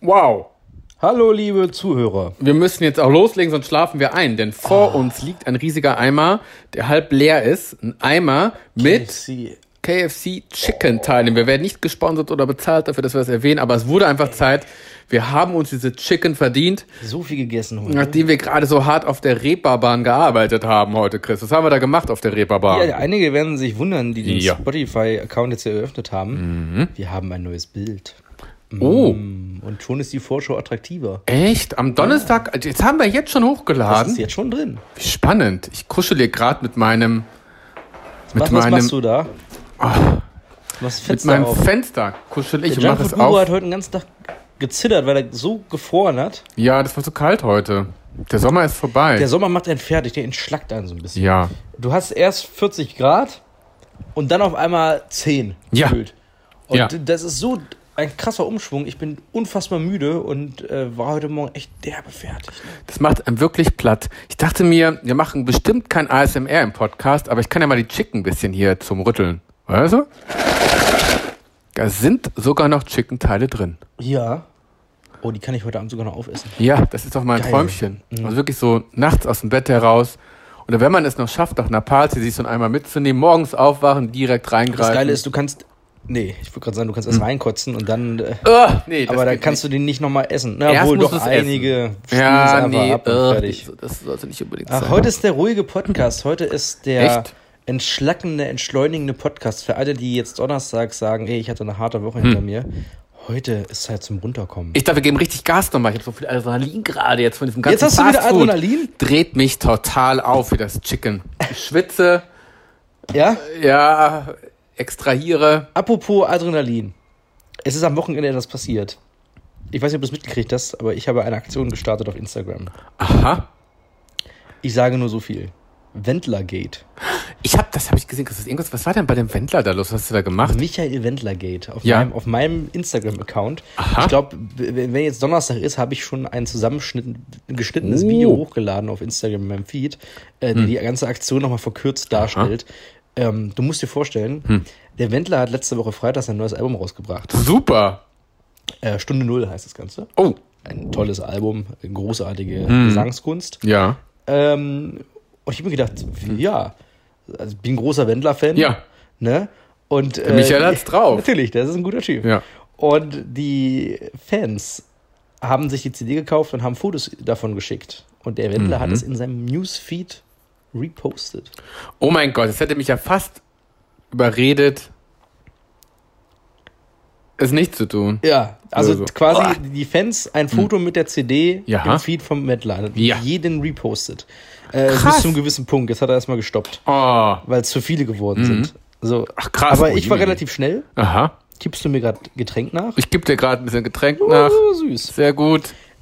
Wow. Hallo, liebe Zuhörer. Wir müssen jetzt auch loslegen, sonst schlafen wir ein. Denn vor uns liegt ein riesiger Eimer, der halb leer ist. Ein Eimer mit KFC Chicken Teilen. Wir werden nicht gesponsert oder bezahlt dafür, dass wir das erwähnen, aber es wurde einfach Zeit. Wir haben uns diese Chicken verdient. So viel gegessen heute. Nachdem wir gerade so hart auf der Reeperbahn gearbeitet haben heute, Chris. Was haben wir da gemacht auf der Reeperbahn? Ja, einige werden sich wundern, die den Spotify-Account jetzt eröffnet haben. Wir haben ein neues Bild. Oh. Und schon ist die Vorschau attraktiver. Echt? Am Donnerstag? Jetzt haben wir jetzt schon hochgeladen. Das ist jetzt schon drin. Wie spannend. Ich kuschel hier gerade mit meinem... Was machst du da? Was mit meinem Fenster kuschel ich und mache es auf. Hat heute den ganzen Tag gezittert, weil er so gefroren hat. Ja, das war so kalt heute. Der Sommer ist vorbei. Der Sommer macht einen fertig, der entschlackt einen so ein bisschen. Ja. Du hast erst 40 Grad und dann auf einmal 10 gefühlt. Und das ist so ein krasser Umschwung. Ich bin unfassbar müde und war heute Morgen echt derbe fertig. Das macht einem wirklich platt. Ich dachte mir, wir machen bestimmt kein ASMR im Podcast, aber ich kann ja mal die Chicken ein bisschen hier zum Rütteln. Weißt du? Da sind sogar noch Chicken-Teile drin. Ja. Oh, die kann ich heute Abend sogar noch aufessen. Ja, das ist doch mal ein Träumchen. Also wirklich so nachts aus dem Bett heraus. Oder wenn man es noch schafft, nach einer Party sich so einmal mitzunehmen, morgens aufwachen, direkt reingreifen. Das Geile ist, du kannst... Nee, ich würde gerade sagen, du kannst erst reinkotzen und dann... aber dann kannst du den nicht nochmal essen. Na, wohl doch einige... fertig. Das sollte nicht unbedingt sein. Heute ist der ruhige Podcast. Heute ist der... entschlackende, entschleunigende Podcast für alle, die jetzt Donnerstag sagen, ey, ich hatte eine harte Woche hinter mir. Heute ist Zeit zum Runterkommen. Ich dachte, wir geben richtig Gas nochmal. Ich habe so viel Adrenalin gerade jetzt von diesem ganzen Jetzt hast du wieder Adrenalin? Dreht mich total auf wie das Chicken. Ich schwitze. Ja? Ja, extrahiere. Apropos Adrenalin. Es ist am Wochenende etwas passiert. Ich weiß nicht, ob du es mitgekriegt hast, aber ich habe eine Aktion gestartet auf Instagram. Aha. Ich sage nur so viel. Wendlergate. Das habe ich gesehen. Was war denn bei dem Wendler da los? Was hast du da gemacht? Michael Wendlergate auf meinem Instagram-Account. Aha. Ich glaube, wenn jetzt Donnerstag ist, habe ich schon ein geschnittenes Video hochgeladen auf Instagram in meinem Feed, die ganze Aktion nochmal verkürzt darstellt. Du musst dir vorstellen, der Wendler hat letzte Woche Freitag sein neues Album rausgebracht. Super. Stunde Null heißt das Ganze. Oh. Ein tolles Album, großartige Gesangskunst. Ja. Und ich habe mir gedacht, also ich bin ein großer Wendler-Fan. Ja. Ne? Und, Michael hat's drauf. Natürlich, das ist ein guter Typ. Ja. Und die Fans haben sich die CD gekauft und haben Fotos davon geschickt. Und der Wendler hat es in seinem Newsfeed repostet. Oh mein Gott, das hätte mich ja fast überredet, es nicht zu tun. Ja, also quasi die Fans ein Foto mit der CD im Feed vom Wendler. Jeden repostet. Bis zum gewissen Punkt. Jetzt hat er erstmal gestoppt. Weil es zu viele geworden sind. So. Ach krass. Aber ich war relativ schnell. Aha. Gibst du mir gerade Getränk nach? Ich gebe dir gerade ein bisschen Getränk nach. Süß. Sehr gut.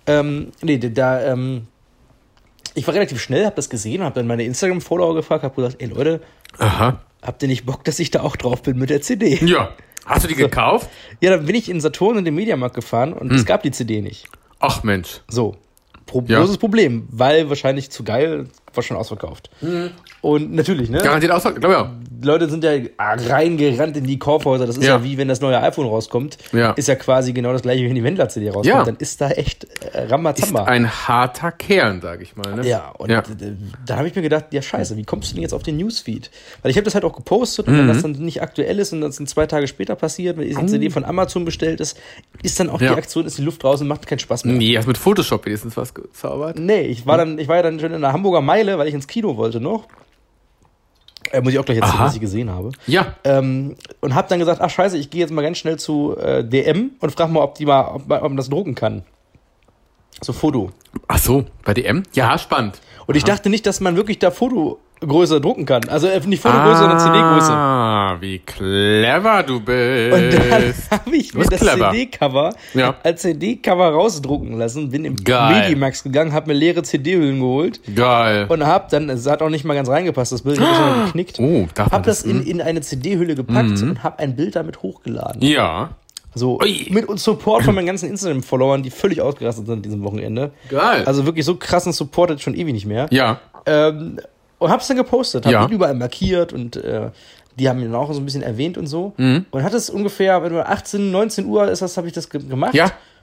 Ich war relativ schnell, hab das gesehen und hab dann meine Instagram-Follower gefragt, hab gesagt, ey Leute, habt ihr nicht Bock, dass ich da auch drauf bin mit der CD? Ja. Hast du die gekauft? Ja, dann bin ich in Saturn in den Mediamarkt gefahren und es gab die CD nicht. Ach Mensch. So. Großes Problem, weil wahrscheinlich zu geil, war schon ausverkauft. Und natürlich, ne? Garantiert ausverkauft, glaube ich auch. Leute sind ja reingerannt in die Kaufhäuser. Das ist ja wie wenn das neue iPhone rauskommt. Ja. Ist ja quasi genau das gleiche, wie wenn die Wendler-CD rauskommt. Ja. Dann ist da echt Rambazamba. Ist ein harter Kern, sag ich mal. Ne? Ja, und da habe ich mir gedacht, ja scheiße, wie kommst du denn jetzt auf den Newsfeed? Weil ich habe das halt auch gepostet und wenn das dann nicht aktuell ist und das dann 2 Tage später passiert, wenn die CD von Amazon bestellt ist, ist dann auch die Aktion, ist die Luft raus und macht keinen Spaß mehr. Nee, hast mit Photoshop wenigstens was gezaubert? Nee, ich war ja dann schon in der Hamburger Meile, weil ich ins Kino wollte noch. Muss ich auch gleich erzählen, was ich gesehen habe. Ja. Und hab dann gesagt, ach scheiße, ich gehe jetzt mal ganz schnell zu DM und frage mal, ob man das drucken kann. So Foto. Ach so, bei DM? Ja, spannend. Und ich dachte nicht, dass man wirklich da Fotogröße drucken kann. Also nicht Fotogröße, sondern CD-Größe. Wie clever du bist. Und dann habe ich mir das CD-Cover als CD-Cover rausdrucken lassen, bin im Medimax gegangen, habe mir leere CD-Hüllen geholt. Geil. Und es hat auch nicht mal ganz reingepasst, das Bild, ich habe es geknickt. Hab das in eine CD-Hülle gepackt und habe ein Bild damit hochgeladen. Ja. So, mit Support von meinen ganzen Instagram-Followern, die völlig ausgerastet sind an diesem Wochenende. Geil. Also wirklich so krassen Support jetzt schon ewig nicht mehr. Ja. Und hab's dann gepostet, hab ihn überall markiert und die haben ihn auch so ein bisschen erwähnt und so. Und hat es ungefähr, wenn du 18, 19 Uhr ist das, habe ich das gemacht. Ja.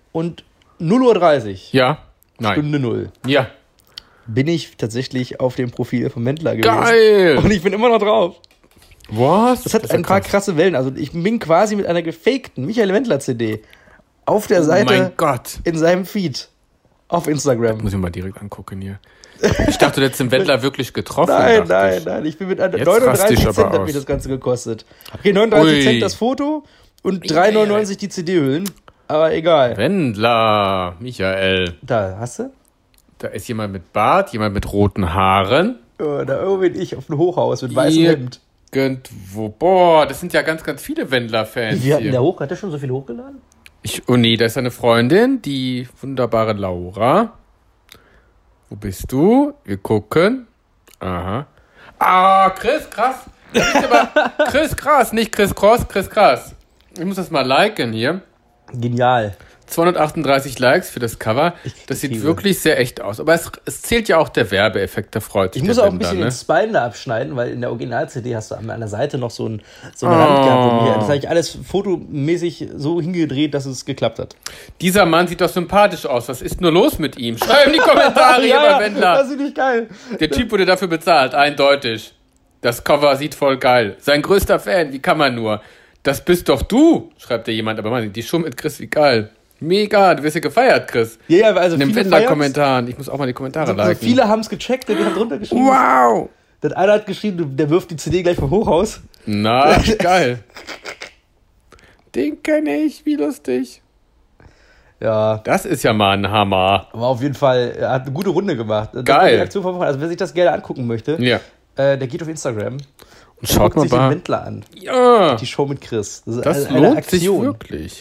und 0:30 Uhr. Ja. Nein. Stunde 0. Ja. Bin ich tatsächlich auf dem Profil vom Wendler gewesen. Geil! Und ich bin immer noch drauf. Was? Das hat ein paar krasse Wellen. Also ich bin quasi mit einer gefakten Michael Wendler CD auf der Seite mein Gott. in seinem Feed auf Instagram. Muss ich mal direkt angucken hier. Ich dachte, du hättest den Wendler wirklich getroffen. Nein. Ich bin mit 39 Cent hat mich das Ganze gekostet. Okay, 39 Cent das Foto und 3,99 die CD-Hüllen. Aber egal. Wendler, Michael. Da, hast du? Da ist jemand mit Bart, jemand mit roten Haaren. Oh, da bin ich auf dem Hochhaus mit weißem Hemd. Irgendwo. Boah, das sind ja ganz, ganz viele Wendler-Fans. Wie hat der hoch? Hat der schon so viel hochgeladen? Nee, da ist eine Freundin, die wunderbare Laura. Wo bist du? Wir gucken. Aha. Ah, Chris, krass. Chris, krass, nicht Chris Cross, Chris, krass. Ich muss das mal liken hier. Genial. 238 Likes für das Cover. Das sieht wirklich sehr echt aus. Aber es zählt ja auch der Werbeeffekt, der freut sich. Ich muss auch ein bisschen den Spine da abschneiden, weil in der Original-CD hast du an der Seite noch so eine Rand gehabt. Das habe ich alles fotomäßig so hingedreht, dass es geklappt hat. Dieser Mann sieht doch sympathisch aus. Was ist nur los mit ihm? Schreib in die Kommentare hier bei Wendler. Das ist nicht geil. Der Typ wurde dafür bezahlt, eindeutig. Das Cover sieht voll geil. Sein größter Fan, wie kann man nur? Das bist doch du, schreibt dir jemand. Aber man, die Show mit Chris, wie geil. Mega, du wirst ja gefeiert, Chris. Ja, also in den Wendler-Kommentaren. Ich muss auch mal die Kommentare liken. Viele haben es gecheckt, die haben drunter geschrieben. Wow! Der einer hat geschrieben, der wirft die CD gleich vom Hochhaus. Na, geil. Den kenne ich, wie lustig. Ja. Das ist ja mal ein Hammer. Aber auf jeden Fall, er hat eine gute Runde gemacht. Geil. Die Aktion von Woche. Also wer sich das gerne angucken möchte, der geht auf Instagram und schaut mal sich den Wendler an. Ja. Die Show mit Chris. Das lohnt sich wirklich.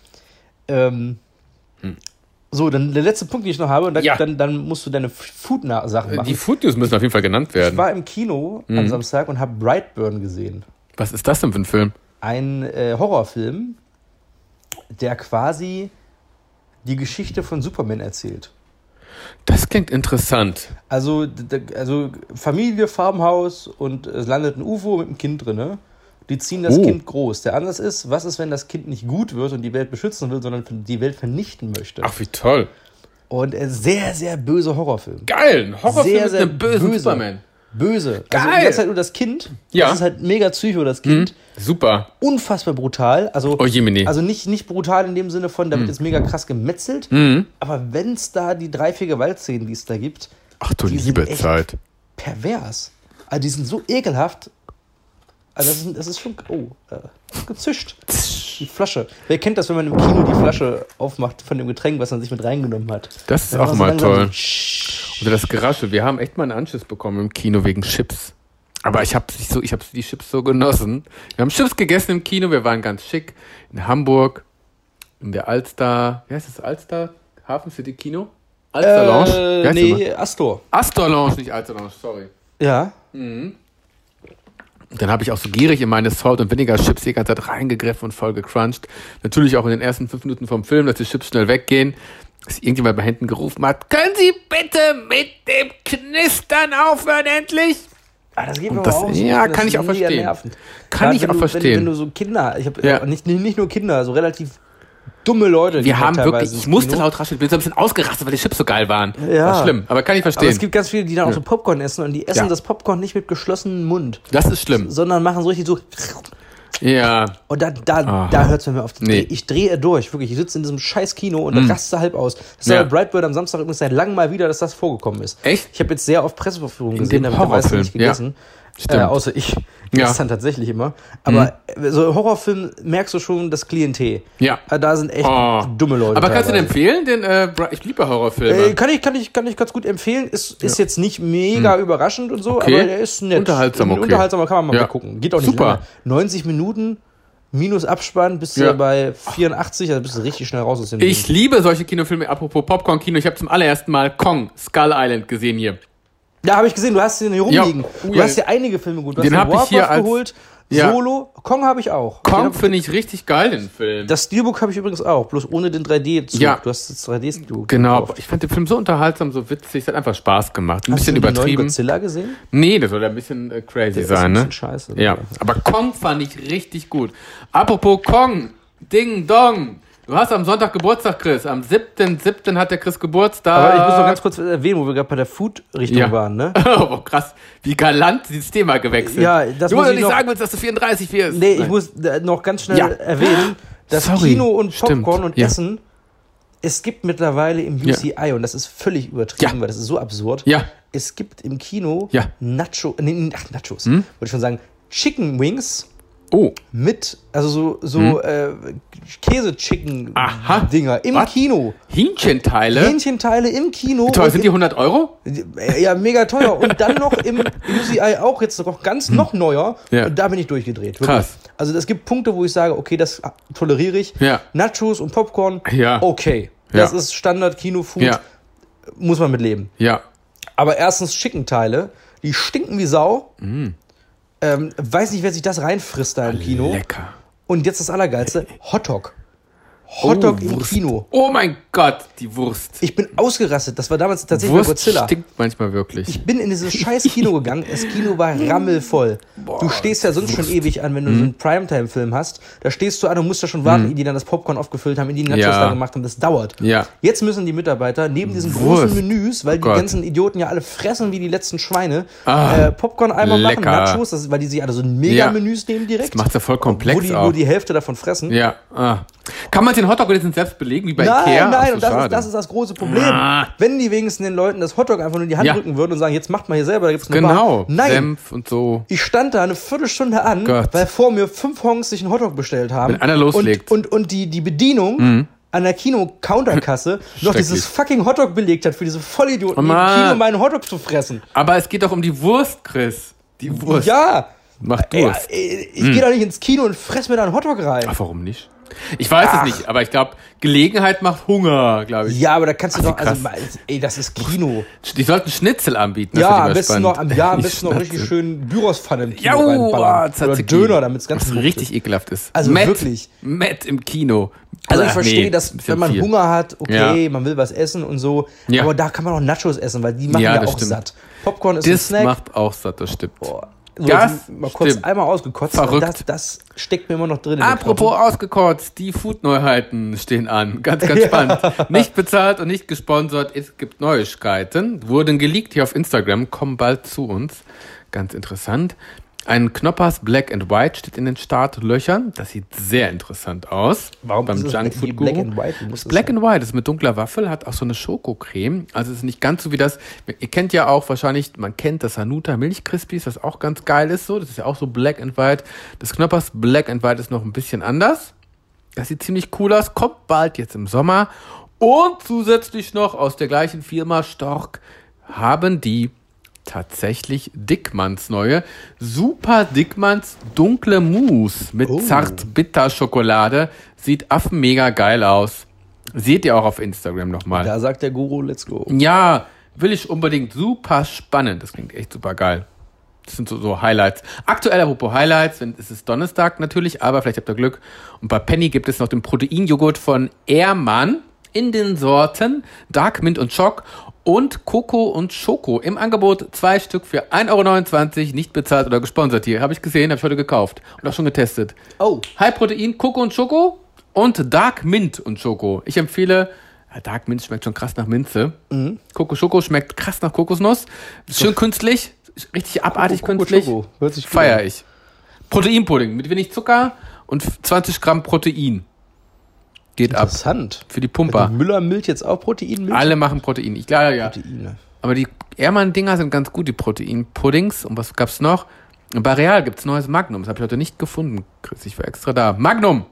So, dann der letzte Punkt, den ich noch habe, und dann musst du deine Food-Sachen machen. Die Food-News müssen auf jeden Fall genannt werden. Ich war im Kino am Samstag und habe Brightburn gesehen. Was ist das denn für ein Film? Ein Horrorfilm, der quasi die Geschichte von Superman erzählt. Das klingt interessant. Also Familie, Farmhaus und es landet ein UFO mit einem Kind drin, ne? Die ziehen das Kind groß. Der Ansatz ist, was ist, wenn das Kind nicht gut wird und die Welt beschützen will, sondern die Welt vernichten möchte. Ach, wie toll. Und sehr, sehr böser Horrorfilm. Geil, ein Horrorfilm sehr, mit einem bösen Superman. Böse. Geil. Also die ganze Zeit nur das Kind. Ja. Das ist halt mega Psycho, das Kind. Super. Unfassbar brutal. Also, also nicht brutal in dem Sinne von, da wird jetzt mega krass gemetzelt. Aber wenn es da die 3-4 Gewaltszenen, die es da gibt, ach du liebe Zeit. Pervers. Also die sind so ekelhaft. Also das ist schon gezischt. Die Flasche. Wer kennt das, wenn man im Kino die Flasche aufmacht von dem Getränk, was man sich mit reingenommen hat? Das ist auch mal toll. Oder das Geraschel. Wir haben echt mal einen Anschiss bekommen im Kino wegen Chips. Aber ich habe die Chips so genossen. Wir haben Chips gegessen im Kino. Wir waren ganz schick in Hamburg, in der Alster. Wie heißt das? Alster Hafen City Kino? Alster Lounge? Nee, Astor. Astor Lounge, nicht Alster Lounge. Sorry. Ja. Dann habe ich auch so gierig in meine Salt- und Vinegar-Chips die ganze Zeit reingegriffen und voll gecrunched. Natürlich auch in den ersten 5 Minuten vom Film, dass die Chips schnell weggehen. Dass irgendjemand bei Händen gerufen hat, können Sie bitte mit dem Knistern aufhören endlich? Das geht mir aber auch so. Ja, kann ich auch verstehen. Kann ich auch verstehen. Wenn du so Kinder, ich habe nicht nur Kinder, so relativ dumme Leute. Wir haben wirklich, ich musste laut rascheln, ich bin so ein bisschen ausgerastet, weil die Chips so geil waren. Ja. War schlimm, aber kann ich verstehen. Aber es gibt ganz viele, die dann auch so Popcorn essen und die essen das Popcorn nicht mit geschlossenem Mund. Das ist schlimm. Sondern machen so richtig so. Ja. Und da hört es mir auf. Nee. Ich drehe durch, wirklich. Ich sitze in diesem scheiß Kino und raste halb aus. Das ist bei Brightburn am Samstag übrigens seit langem mal wieder, dass das vorgekommen ist. Echt? Ich habe jetzt sehr oft Presseverführungen gesehen, damit habe ich nicht gegessen. Stimmt. Außer ich. Das ist dann tatsächlich immer. Aber so Horrorfilm merkst du schon das Klientel. Ja. Da sind echt dumme Leute. Aber kannst du den empfehlen? Ich liebe Horrorfilme. Kann ich ganz gut empfehlen. Ist jetzt nicht mega überraschend und so, aber der ist nett. Unterhaltsam, okay. Unterhaltsamer kann man mal gucken. Geht auch nicht lange. 90 Minuten minus Abspann bist du bei 84, also bist du richtig schnell raus aus dem Ich liebe solche Kinofilme. Apropos Popcorn-Kino, ich habe zum allerersten Mal Kong, Skull Island gesehen hier. Ja, habe ich gesehen, du hast den hier rumliegen. Du hast ja einige Filme gut. Du den hast habe ich hier geholt, Solo, Kong habe ich auch. Kong finde ich richtig geil, den Film. Das Steelbook habe ich übrigens auch, bloß ohne den 3D-Zug. Ja. Du hast das 3D-Zug. Genau, aber ich fand den Film so unterhaltsam, so witzig, es hat einfach Spaß gemacht. Ein bisschen Hast du den übertrieben. neuen Godzilla gesehen? Nee, das soll ja ein bisschen crazy sein, ein ne? bisschen scheiße. Ja, aber Kong fand ich richtig gut. Apropos Kong, Ding Dong. Du hast am Sonntag Geburtstag, Chris. Am 7.7. hat der Chris Geburtstag. Aber ich muss noch ganz kurz erwähnen, wo wir gerade bei der Food-Richtung waren, ne? Oh, krass. Wie galant dieses Thema gewechselt. Ja, das du muss musst ich nicht noch sagen willst, dass du 34 wirst. Nee, ich muss noch ganz schnell erwähnen, dass Kino und Popcorn und Essen, es gibt mittlerweile im UCI, und das ist völlig übertrieben, weil das ist so absurd, es gibt im Kino Nachos, wollte ich schon sagen, Chicken Wings. Mit, also so Käse-Chicken-Dinger im Kino. Hähnchenteile im Kino. Wie teuer sind die 100 Euro? Ja, mega teuer. Und dann noch im UCI auch jetzt noch ganz noch neuer. Ja. Und da bin ich durchgedreht. Wirklich. Krass. Also es gibt Punkte, wo ich sage, okay, das toleriere ich. Ja. Nachos und Popcorn, okay. Ja. Das ist Standard-Kino-Food. Ja. Muss man mit leben. Ja. Aber erstens Chicken-Teile, die stinken wie Sau. Weiß nicht, wer sich das reinfrisst da im Kino. Lecker. Und jetzt das Allergeilste, Hotdog. Hotdog im Kino. Oh mein Gott, die Wurst. Ich bin ausgerastet. Das war damals tatsächlich bei Godzilla. Wurst stinkt manchmal wirklich. Ich bin in dieses scheiß Kino gegangen. Das Kino war rammelvoll. Du stehst ja sonst schon ewig an, wenn du so einen Primetime-Film hast. Da stehst du an und musst ja schon warten, ehe die dann das Popcorn aufgefüllt haben, ehe die Nachos da gemacht haben. Das dauert. Ja. Jetzt müssen die Mitarbeiter neben diesen großen Menüs, weil die ganzen Idioten ja alle fressen wie die letzten Schweine, Popcorn einmal machen, Nachos, weil die sich alle so Mega-Menüs nehmen direkt. Das macht's ja voll komplex wo die nur die Hälfte davon fressen. Ja. Kann man den Hotdog jetzt selbst belegen, wie bei Ikea? Nein, und das ist das große Problem. Wenn die wenigstens den Leuten das Hotdog einfach nur in die Hand drücken würden und sagen, jetzt macht mal hier selber, da gibt's eine Bar. Nein. Senf und so. Ich stand da eine Viertelstunde an, weil vor mir 5 Honks sich einen Hotdog bestellt haben. Wenn einer loslegt. Und die Bedienung an der Kino-Counterkasse noch dieses fucking Hotdog belegt hat für diese Vollidioten, die im Kino meinen Hotdog zu fressen. Aber es geht doch um die Wurst, Chris. Die Wurst. Ja. Mach Durst. Ich gehe doch nicht ins Kino und fress mir da einen Hotdog rein. Ach, warum nicht? Ich weiß es nicht, aber ich glaube, Gelegenheit macht Hunger, glaube ich. Ja, aber da kannst du doch, also, das ist Kino. Die sollten Schnitzel anbieten. Ja, am besten noch richtig schön Gyrospfanne im Kino reinballern. Oder Döner, damit es ganz richtig ekelhaft ist. Also wirklich. Matt im Kino. Also ich verstehe, dass wenn man Hunger hat, okay, man will was essen und so, aber da kann man auch Nachos essen, weil die machen ja auch satt. Popcorn ist ein Snack. Das macht auch satt, das stimmt. Boah. So, mal kurz einmal ausgekotzt. Verrückt. Das steckt mir immer noch drin. Apropos ausgekotzt, die Food-Neuheiten stehen an. Ganz, ganz spannend. Nicht bezahlt und nicht gesponsert. Es gibt Neuigkeiten. Wurden geleakt hier auf Instagram, kommen bald zu uns. Ganz interessant. Ein Knoppers Black and White steht in den Startlöchern. Das sieht sehr interessant aus. Warum beim ist Junk Food Black and White? Black and White ist mit dunkler Waffel, hat auch so eine Schokocreme. Also es ist nicht ganz so wie das. Ihr kennt ja auch wahrscheinlich, man kennt das Hanuta Milchkrispies, was auch ganz geil ist. So, das ist ja auch so Black and White. Das Knoppers Black and White ist noch ein bisschen anders. Das sieht ziemlich cool aus. Kommt bald jetzt im Sommer. Und zusätzlich noch aus der gleichen Firma Stork haben die tatsächlich Dickmanns neue Super Dickmanns dunkle Mousse mit Zart-Bitter-Schokolade. Sieht mega geil aus. Seht ihr auch auf Instagram nochmal. Da sagt der Guru, let's go. Ja, will ich unbedingt. Super spannend. Das klingt echt super geil. Das sind so Highlights. Aktuell apropos Highlights, es ist Donnerstag natürlich, aber vielleicht habt ihr Glück. Und bei Penny gibt es noch den Proteinjoghurt von Ehrmann in den Sorten Dark Mint und Schock und Coco und Schoko. Im Angebot 2 Stück für 1,29 €, nicht bezahlt oder gesponsert hier. Habe ich gesehen, habe ich heute gekauft und auch schon getestet. High Protein, Coco und Schoko und Dark Mint und Schoko. Ich empfehle, Dark Mint schmeckt schon krass nach Minze. Coco Schoko schmeckt krass nach Kokosnuss. Schön künstlich, richtig abartig künstlich. Feier ich. Proteinpudding mit wenig Zucker und 20 Gramm Protein. Geht Interessant. Ab. Für die Pumper. Hat Müller-Milch jetzt auch Proteinmilch? Alle machen Protein. Ich glaube, ja. Proteine. Aber die Ehrmann-Dinger sind ganz gut, die Proteinpuddings. Und was gab's noch? Bei Real gibt's neues Magnum. Das habe ich heute nicht gefunden, Chris. Ich war extra da. Magnum,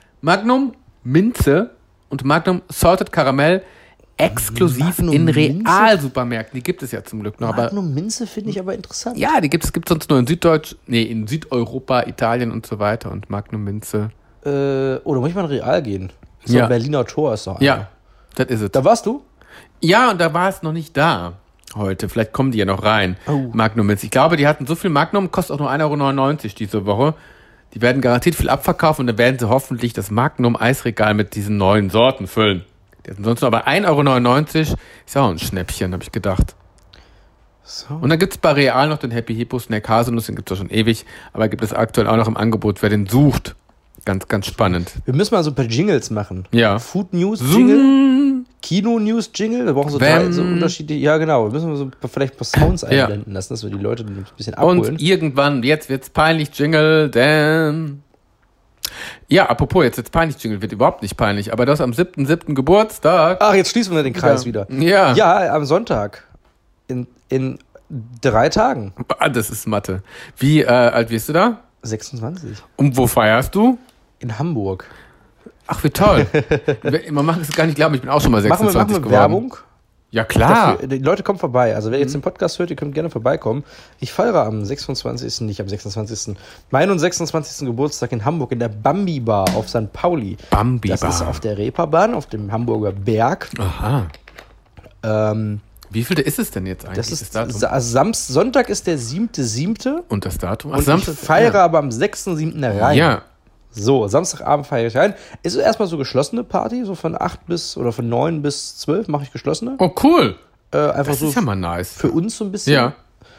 Minze und Magnum Salted Caramel exklusiv in Real-Supermärkten. Die gibt es ja zum Glück noch. Magnum Minze finde ich aber interessant. Ja, die gibt's sonst nur in Südeuropa, Italien und so weiter. Und Magnum Minze. Da muss ich mal in Real gehen. So ein Berliner Tor ist doch einer. Ja, das ist es. Da warst du? Ja, und da war es noch nicht da heute. Vielleicht kommen die ja noch rein. Magnum Minze. Ich glaube, die hatten so viel Magnum, kostet auch nur 1,99 € diese Woche. Die werden garantiert viel abverkaufen und dann werden sie hoffentlich das Magnum-Eisregal mit diesen neuen Sorten füllen. Die hatten sonst nur aber 1,99 €. Ist ja auch ein Schnäppchen, habe ich gedacht. So. Und dann gibt es bei Real noch den Happy Hippo Snack Haselnuss, den gibt es ja schon ewig, aber gibt es aktuell auch noch im Angebot, wer den sucht. Ganz, ganz spannend. Wir müssen mal so ein paar Jingles machen. Ja. Food News Jingle, Kino News Jingle. Wir brauchen so drei so unterschiedliche. Ja, genau. Wir müssen so vielleicht ein paar Sounds einblenden lassen, dass wir die Leute ein bisschen abholen. Und irgendwann, jetzt wird's peinlich Jingle, denn... Ja, apropos, jetzt wird's peinlich Jingle, wird überhaupt nicht peinlich, aber das am 7.7. Geburtstag. Ach, jetzt schließen wir den Kreis wieder. Ja. Ja, am Sonntag. In 3 Tagen. Das ist Mathe. Wie alt wirst du da? 26. Und wo feierst du? In Hamburg. Ach, wie toll. Man mag es gar nicht glauben, ich bin auch schon mal 26 machen wir geworden. Werbung? Ja, klar. Dafür, die Leute kommen vorbei. Also wer jetzt den Podcast hört, ihr könnt gerne vorbeikommen. Ich feiere am 26., nicht am 26., meinen 26. Geburtstag in Hamburg in der Bambi Bar auf St. Pauli. Bambi Bar. Das ist auf der Reeperbahn, auf dem Hamburger Berg. Aha. Wie viel ist es denn jetzt eigentlich? Das ist Sonntag ist der 7.7. Und das Datum? Und ich feiere aber am 6.7. rein. Ja. So, Samstagabend feiere ich rein. Ist erstmal so geschlossene Party, so von 9 bis 12 mache ich geschlossene. Oh, cool. Einfach das so ist ja mal nice. für uns so ein bisschen. Ja.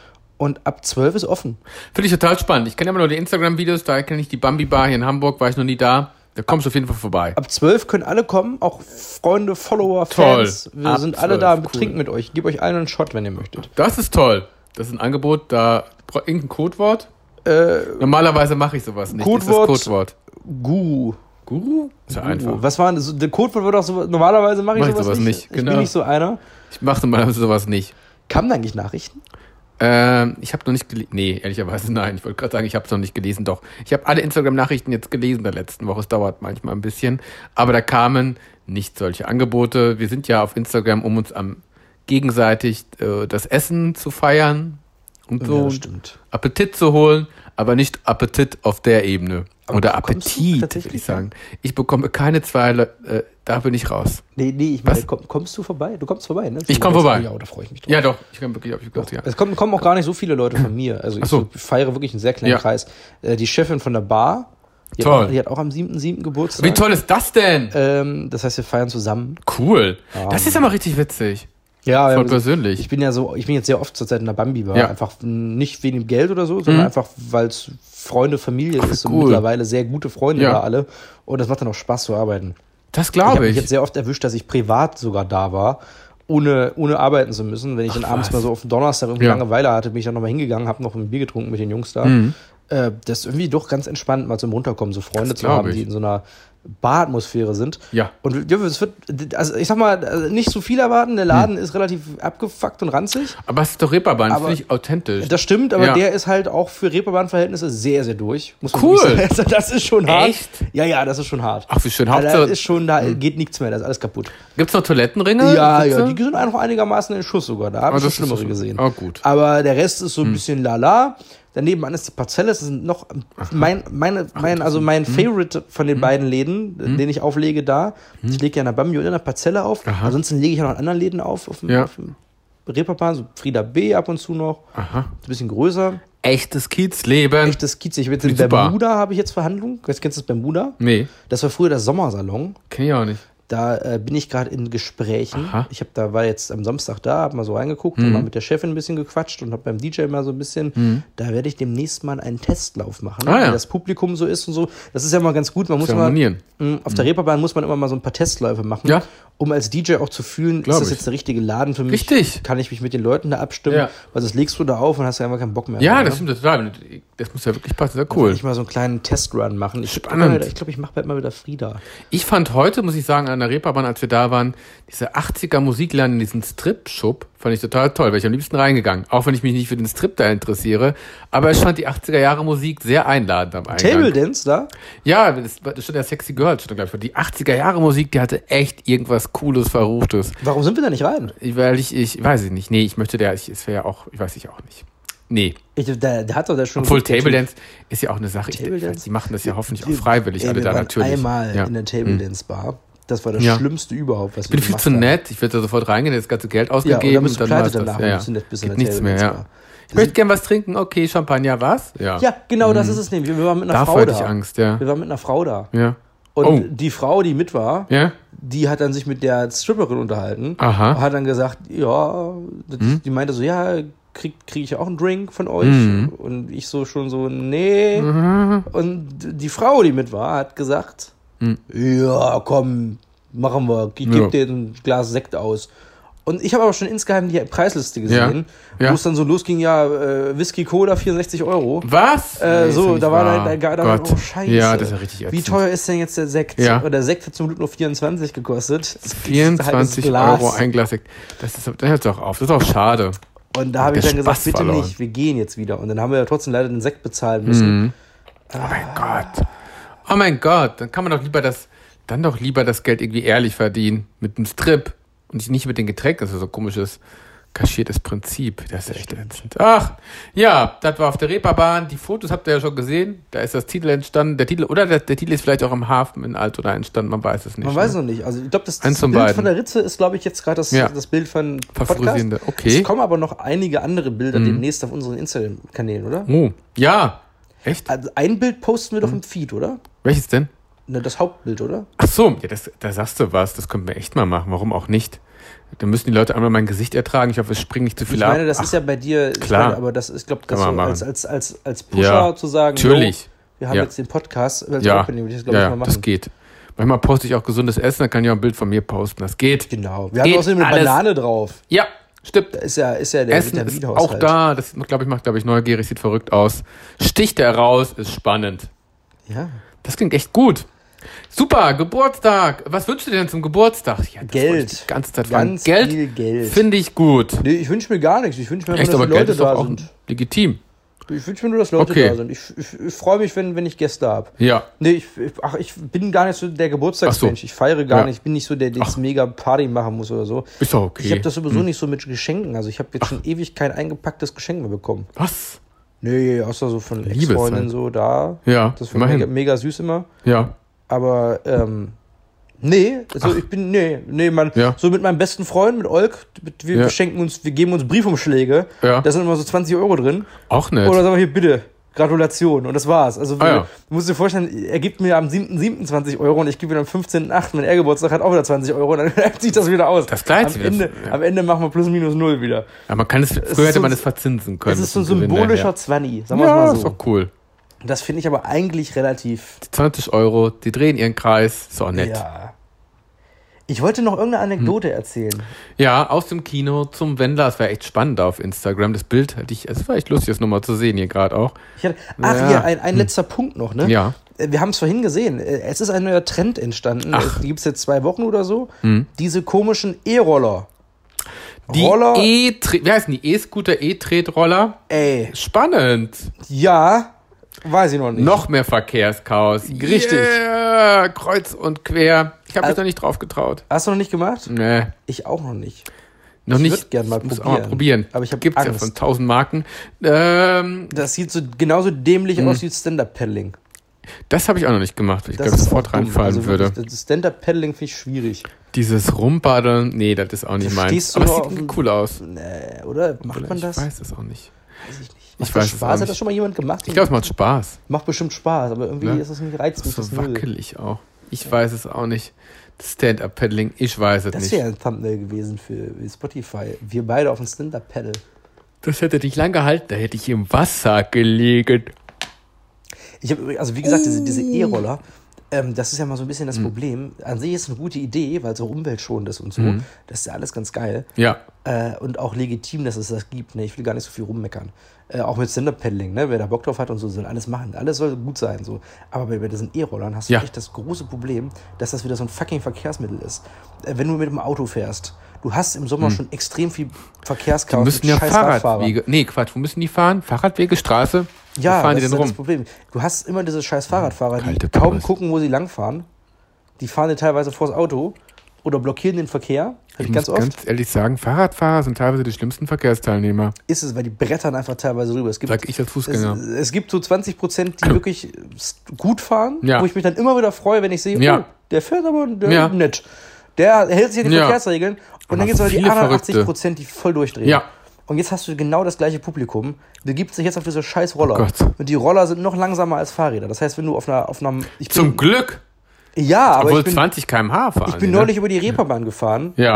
Und ab 12 ist offen. Finde ich total spannend. Ich kenne ja immer nur die Instagram-Videos, da kenne ich die Bambi Bar hier in Hamburg, war ich noch nie da. Da kommst du auf jeden Fall vorbei. Ab 12 können alle kommen, auch Freunde, Follower, toll. Fans. Wir Ab sind alle 12, da, cool. trinken mit euch. Ich gebe euch allen einen Shot, wenn ihr möchtet. Das ist toll. Das ist ein Angebot, da irgendein Codewort? Normalerweise mache ich sowas nicht. Codewort. Ist das Codewort? Guru. Guru? Ist ja einfach. Was war das? Der Codewort wird auch so. Normalerweise mache ich sowas nicht. Ich genau. bin nicht so einer. Ich mache normalerweise sowas nicht. Kamen da eigentlich Nachrichten? Ich habe noch nicht gelesen. Nee, ehrlicherweise nein. Ich wollte gerade sagen, ich habe es noch nicht gelesen. Doch. Ich habe alle Instagram-Nachrichten jetzt gelesen der letzten Woche. Es dauert manchmal ein bisschen. Aber da kamen nicht solche Angebote. Wir sind ja auf Instagram, um uns gegenseitig das Essen zu feiern und so. Ja, stimmt. Appetit zu holen, aber nicht Appetit auf der Ebene. Aber oder Appetit, würde ich sagen. Ich bekomme keine Zweile, da bin ich raus. Nee, ich meine, kommst du vorbei? Du kommst vorbei, ne? Ich komme vorbei. Ja, da freue ich mich drauf. Ja, doch. Ich kann wirklich, hab ich gedacht, ja. Es kommen auch gar nicht so viele Leute von mir. Also ich feiere wirklich einen sehr kleinen Kreis. Die Chefin von der Bar, die hat auch am 7.7. Geburtstag. Wie toll ist das denn? Das heißt, wir feiern zusammen. Cool. Das ist aber richtig witzig. Ja, voll persönlich. Ich bin jetzt sehr oft zurzeit in der Bambi Bar. Ja. Einfach nicht wegen dem Geld oder so, sondern einfach, weil es Freunde, Familie ist und mittlerweile sehr gute Freunde da alle. Und das macht dann auch Spaß zu arbeiten. Das glaube ich. Ich habe mich jetzt sehr oft erwischt, dass ich privat sogar da war, ohne arbeiten zu müssen. Wenn ich dann abends mal so auf den Donnerstag irgendwie Langeweile hatte, bin ich dann nochmal hingegangen, habe noch ein Bier getrunken mit den Jungs da. Das ist irgendwie doch ganz entspannt, mal zum Runterkommen, so Freunde zu haben, die in so einer Baratmosphäre sind. Ja. Und es wird, also ich sag mal, nicht so viel erwarten. Der Laden ist relativ abgefuckt und ranzig. Aber es ist doch Reeperbahn, finde ich authentisch. Das stimmt, aber der ist halt auch für Reeperbahn-Verhältnisse sehr, sehr durch. Muss man cool. Sagen. Also das ist schon hart. Echt? Ja, das ist schon hart. Ach, wie schön. Da ist schon, da geht nichts mehr, da ist alles kaputt. Gibt's noch Toilettenringe? Ja, die sind einfach einigermaßen in Schuss sogar. Da habe ich schon Schlimmere gesehen. Oh, gut. Aber der Rest ist so ein bisschen lala. Daneben ist die Parzelle, das ist noch mein Favorite von den beiden Läden, den ich auflege da. Ich lege ja in der Bambi und in der Parzelle auf. Ansonsten lege ich ja noch in anderen Läden auf dem Reeperbahn, so Frieda B. ab und zu noch. Ein bisschen größer. Echtes Kiezleben. Echtes Kiez. Ich habe jetzt in Bermuda habe ich jetzt Verhandlungen. Kennst du das Bermuda? Nee. Das war früher der Sommersalon. Kenn ich auch nicht. Da bin ich gerade in Gesprächen. War jetzt am Samstag da, habe mal so reingeguckt und mal mit der Chefin ein bisschen gequatscht und habe beim DJ mal so ein bisschen, da werde ich demnächst mal einen Testlauf machen, wie das Publikum so ist und so. Das ist ja mal ganz gut. Man muss mal, auf der Reeperbahn muss man immer mal so ein paar Testläufe machen, um als DJ auch zu fühlen, ist das jetzt der richtige Laden für mich? Richtig. Kann ich mich mit den Leuten da abstimmen? Weil sonst legst du da auf und hast ja einfach keinen Bock mehr. Ja, das stimmt total. Das muss ja wirklich passen. Das ist ja cool. Ich mal so einen kleinen Testrun machen. Spannend. Ich glaube, ich mache bald mal wieder Frieda. Ich fand heute, muss ich sagen, an der Reeperbahn, als wir da waren, diese 80er Musikladen in diesen Strip-Shop, fand ich total toll, weil ich am liebsten reingegangen. Auch wenn ich mich nicht für den Strip da interessiere. Aber ich fand die 80er Jahre Musik sehr einladend am Eingang. Table Dance da? Ja, das stand ja Sexy Girls, stand, glaube ich. Die 80er Jahre Musik, die hatte echt irgendwas Cooles, Verruchtes. Warum sind wir da nicht rein? Weil ich weiß es nicht. Nee, ich möchte es wäre ja auch, ich weiß ich auch nicht. Nee. Der hat doch da schon. Obwohl Table Dance ist ja auch eine Sache. Die machen das ja hoffentlich auch freiwillig, alle da natürlich. Einmal in der Table Dance Bar. Das war das Schlimmste überhaupt, was wir gemacht haben. Ich bin viel zu nett. Ich werde da sofort reingehen, das ganze Geld ausgegeben. Ja, und dann bist du pleite danach. Gibt nichts mehr, ja. Ich möchte gern was trinken. Okay, Champagner, was? Ja, genau, das ist es nämlich. Wir waren mit einer Frau da. Davor hatte ich Angst, ja. Wir waren mit einer Frau da. Ja. Und die Frau, die mit war, die hat dann sich mit der Stripperin unterhalten. Und hat dann gesagt, die meinte so, krieg ich auch einen Drink von euch? Und ich schon so, nee. Und die Frau, die mit war, hat gesagt, ja, komm, machen wir. Ich gebe dir ein Glas Sekt aus. Und ich habe aber schon insgeheim die Preisliste gesehen, wo es dann so losging, Whisky Cola 64 €. Was? Da war da oh Scheiße. Ja, das ist ja richtig ätzend. Wie teuer ist denn jetzt der Sekt? Ja. Der Sekt hat zum Glück nur 24 gekostet. 24 € ein Glas Sekt. Das hört doch auf. Das ist auch schade. Und da habe ich dann gesagt, bitte nicht, wir gehen jetzt wieder. Und dann haben wir ja trotzdem leider den Sekt bezahlen müssen. Oh mein Gott. Dann kann man doch lieber das Geld irgendwie ehrlich verdienen. Mit einem Strip. Und nicht mit den Getränken, das ist so ein komisches, kaschiertes Prinzip. Das ist echt ätzend. Ach, ja, das war auf der Reeperbahn. Die Fotos habt ihr ja schon gesehen. Da ist das Titel entstanden. Der Titel ist vielleicht auch im Hafen in Altona entstanden. Man weiß es nicht. Man weiß noch nicht. Also ich glaube, das Bild von der Ritze ist, glaube ich, jetzt gerade das Bild von Podcast. Okay. Es kommen aber noch einige andere Bilder demnächst auf unseren Instagram-Kanälen, oder? Oh, ja. Echt? Also ein Bild posten wir doch im Feed, oder? Welches denn? Das Hauptbild, oder? Ach so, ja, da sagst du was. Das können wir echt mal machen. Warum auch nicht? Dann müssen die Leute einmal mein Gesicht ertragen. Ich hoffe, es springt nicht zu viel ab. Ich meine, das ist ja bei dir, klar. Aber das ist, glaube ich, so als Pusher ja, zu sagen, natürlich. Wir haben jetzt den Podcast, das geht. Manchmal poste ich auch gesundes Essen, dann kann ich auch ein Bild von mir posten. Das geht. Genau. Wir haben außerdem eine Banane drauf. Ja, stimmt. Da ist ja der Essen ist auch da. Das macht neugierig, sieht verrückt aus. Sticht heraus, ist spannend. Ja. Das klingt echt gut. Super, Geburtstag. Was wünschst du dir denn zum Geburtstag? Ja, Geld. Die ganze Zeit ganz viel Geld. Finde ich gut. Nee, ich wünsche mir gar nichts. Ich wünsche mir echt, dass aber Leute Geld ist da auch sind. Legitim. Ich wünsche mir nur, dass Leute da sind. Ich freue mich, wenn ich Gäste habe. Ja. Nee, ich bin gar nicht so der Geburtstagsmensch. Ich feiere gar nicht. Ich bin nicht so der jetzt mega Party machen muss oder so. Ist doch okay. Ich habe das sowieso nicht so mit Geschenken. Also ich habe jetzt schon ewig kein eingepacktes Geschenk mehr bekommen. Was? Nee, außer so von Ex-Freundinnen so da. Ja, das war mega süß immer. Ja. Aber, so mit meinem besten Freund, mit Olk, wir geben uns Briefumschläge, da sind immer so 20 € drin. Auch nett. Oder sagen wir hier, bitte, Gratulation. Und das war's. Also, du musst dir vorstellen, er gibt mir am 7.7. 20 € und ich gebe ihm am 15.8., wenn er Geburtstag hat, auch wieder 20 € und dann gleicht sich das wieder aus. Das gleicht wieder. Am Ende machen wir plus minus null wieder. Ja, früher hätte man es verzinsen können. Das ist so ein symbolischer 20, sagen wir mal so. Das ist doch cool. Das finde ich aber eigentlich relativ... Die 20 €, die drehen ihren Kreis, ist auch nett. Ja. Ich wollte noch irgendeine Anekdote erzählen. Ja, aus dem Kino zum Wendler. Es war echt spannend auf Instagram. Das Bild es war echt lustig, das nochmal zu sehen hier gerade auch. Hier, ein letzter Punkt noch, ne? Ja. Wir haben es vorhin gesehen. Es ist ein neuer Trend entstanden. Die gibt es jetzt 2 Wochen oder so. Diese komischen E-Roller. Wie heißen die? E-Scooter, E-Tretroller? Ey. Spannend. Ja. Weiß ich noch nicht. Noch mehr Verkehrschaos. Richtig. Yeah, kreuz und quer. Ich habe mich noch nicht drauf getraut. Hast du noch nicht gemacht? Nee. Ich auch noch nicht. Ich würde gerne mal probieren. Aber ich habe Gibt's Angst. Ja von 1000 Marken. Das sieht so genauso dämlich aus wie Stand-Up-Paddling. Das habe ich auch noch nicht gemacht, weil ich glaube, sofort reinfallen würde. Das Stand-Up-Paddling finde ich schwierig. Dieses Rumpaddeln, nee, das ist auch nicht meins. Aber es sieht cool aus. Nee, oder? Macht man das? Ich weiß es auch nicht. Weiß ich nicht. Ich weiß Spaß? Hat das schon mal jemand gemacht? Ich glaube, es macht Spaß. Macht bestimmt Spaß, aber irgendwie ist das nicht reizend. Das ist so wackelig auch. Ich weiß es auch nicht. Stand-Up-Paddling, ich weiß es nicht. Das wäre ein Thumbnail gewesen für Spotify. Wir beide auf dem Stand-Up-Paddle. Das hätte dich lang gehalten, da hätte ich im Wasser gelegen. Ich habe, also wie gesagt, diese E-Roller, das ist ja mal so ein bisschen das Problem. An sich ist es eine gute Idee, weil es auch umweltschonend ist und so. Das ist ja alles ganz geil. Ja. Und auch legitim, dass es das gibt. Ne? Ich will gar nicht so viel rummeckern. Auch mit Stand-Up-Paddling, ne? Wer da Bock drauf hat und so, soll alles machen. Alles soll gut sein. So. Aber bei diesen E-Rollern hast du echt das große Problem, dass das wieder so ein fucking Verkehrsmittel ist. Wenn du mit dem Auto fährst, du hast im Sommer schon extrem viel Verkehrschaos. Die müssen ja Fahrradwege. Nee, Quatsch, wo müssen die fahren? Fahrradwege, Straße? Ja, fahren das die ist denn rum? Das Problem. Du hast immer diese scheiß Fahrradfahrer, die kaum gucken, wo sie langfahren. Die fahren dir teilweise vors Auto oder blockieren den Verkehr. Ich muss ganz ehrlich sagen, Fahrradfahrer sind teilweise die schlimmsten Verkehrsteilnehmer. Ist es, weil die brettern einfach teilweise rüber. Sag ich als Fußgänger. Es gibt so 20%, die wirklich gut fahren, wo ich mich dann immer wieder freue, wenn ich sehe, der fährt aber nett. Der hält sich an die Verkehrsregeln. Und dann gibt es aber die anderen 80%, die voll durchdrehen. Ja. Und jetzt hast du genau das gleiche Publikum. Begibt sich jetzt auf diese scheiß Roller. Und die Roller sind noch langsamer als Fahrräder. Das heißt, wenn du auf einer Zum Glück! Ja, aber obwohl 20 km/h fahren. Ich bin neulich über die Reeperbahn gefahren. Ja.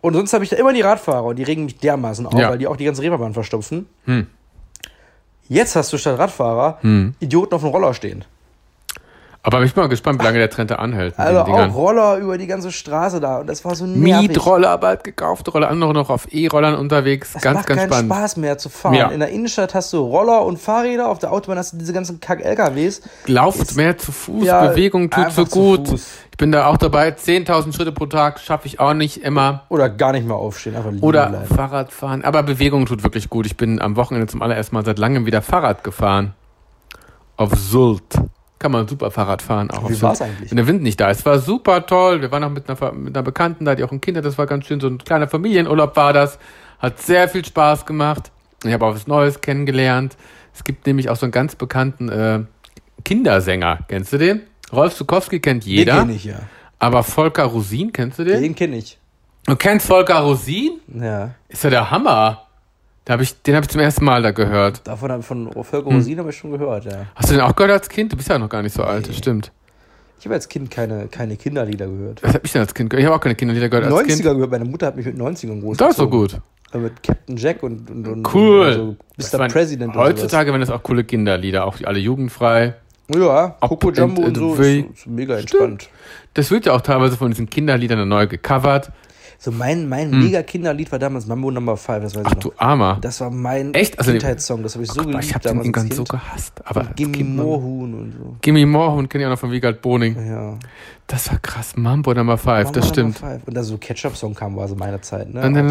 Und sonst habe ich da immer die Radfahrer und die regen mich dermaßen auf, weil die auch die ganze Reeperbahn verstopfen. Jetzt hast du statt Radfahrer Idioten auf dem Roller stehen. Aber ich bin mal gespannt, wie lange der Trend da anhält. Also auch Roller über die ganze Straße da und das war so nervig. Mietroller, bald gekaufte Roller, andere noch auf E-Rollern unterwegs. Das ganz, ganz spannend. Es macht keinen Spaß mehr zu fahren. Ja. In der Innenstadt hast du Roller und Fahrräder, auf der Autobahn hast du diese ganzen Kack-LKWs. Lauft mehr zu Fuß, Bewegung tut so gut. Ich bin da auch dabei, 10.000 Schritte pro Tag schaffe ich auch nicht immer. Oder gar nicht mehr aufstehen, einfach liegen oder bleiben. Fahrrad fahren, aber Bewegung tut wirklich gut. Ich bin am Wochenende zum allerersten Mal seit langem wieder Fahrrad gefahren. Auf Sylt. Kann man super Fahrrad fahren. Auch wie war es eigentlich? Wenn der Wind nicht da ist. Es war super toll. Wir waren auch mit einer Bekannten da, die auch ein Kind hat. Das war ganz schön. So ein kleiner Familienurlaub war das. Hat sehr viel Spaß gemacht. Ich habe auch was Neues kennengelernt. Es gibt nämlich auch so einen ganz bekannten Kindersänger. Kennst du den? Rolf Zukowski kennt jeder. Den kenn ich, ja. Aber Volker Rosin, kennst du den? Den kenn ich. Du kennst Volker Rosin? Ja. Ist ja der Hammer. Den habe ich zum ersten Mal da gehört. Von Volker Rosin habe ich schon gehört, ja. Hast du den auch gehört als Kind? Du bist ja noch gar nicht so alt, das stimmt. Ich habe als Kind keine Kinderlieder gehört. Was habe ich denn als Kind gehört? Ich habe auch keine Kinderlieder gehört als Kind. 90er gehört. Meine Mutter hat mich mit 90ern groß Das ist so gut. Mit Captain Jack und cool. So Mr. President und heutzutage werden das auch coole Kinderlieder, auch alle jugendfrei. Ja, Coco Jumbo und so. Ist mega entspannt. Das wird ja auch teilweise von diesen Kinderliedern neu gecovert. So mein mega Kinderlied war damals Mambo No. 5, das weiß ich noch. Du Armer. Das war mein Kindheitssong, das habe ich so geliebt. Ich habe den ganz so gehasst. Aber Gimme Moorhuhn und so. Gimme Moorhuhn kenne ich auch noch von Wiegald Boning. Ja. Das war krass, Mambo No. 5, das stimmt. Und da so Ketchup-Song kam, war so meine Zeit, ne? Und dann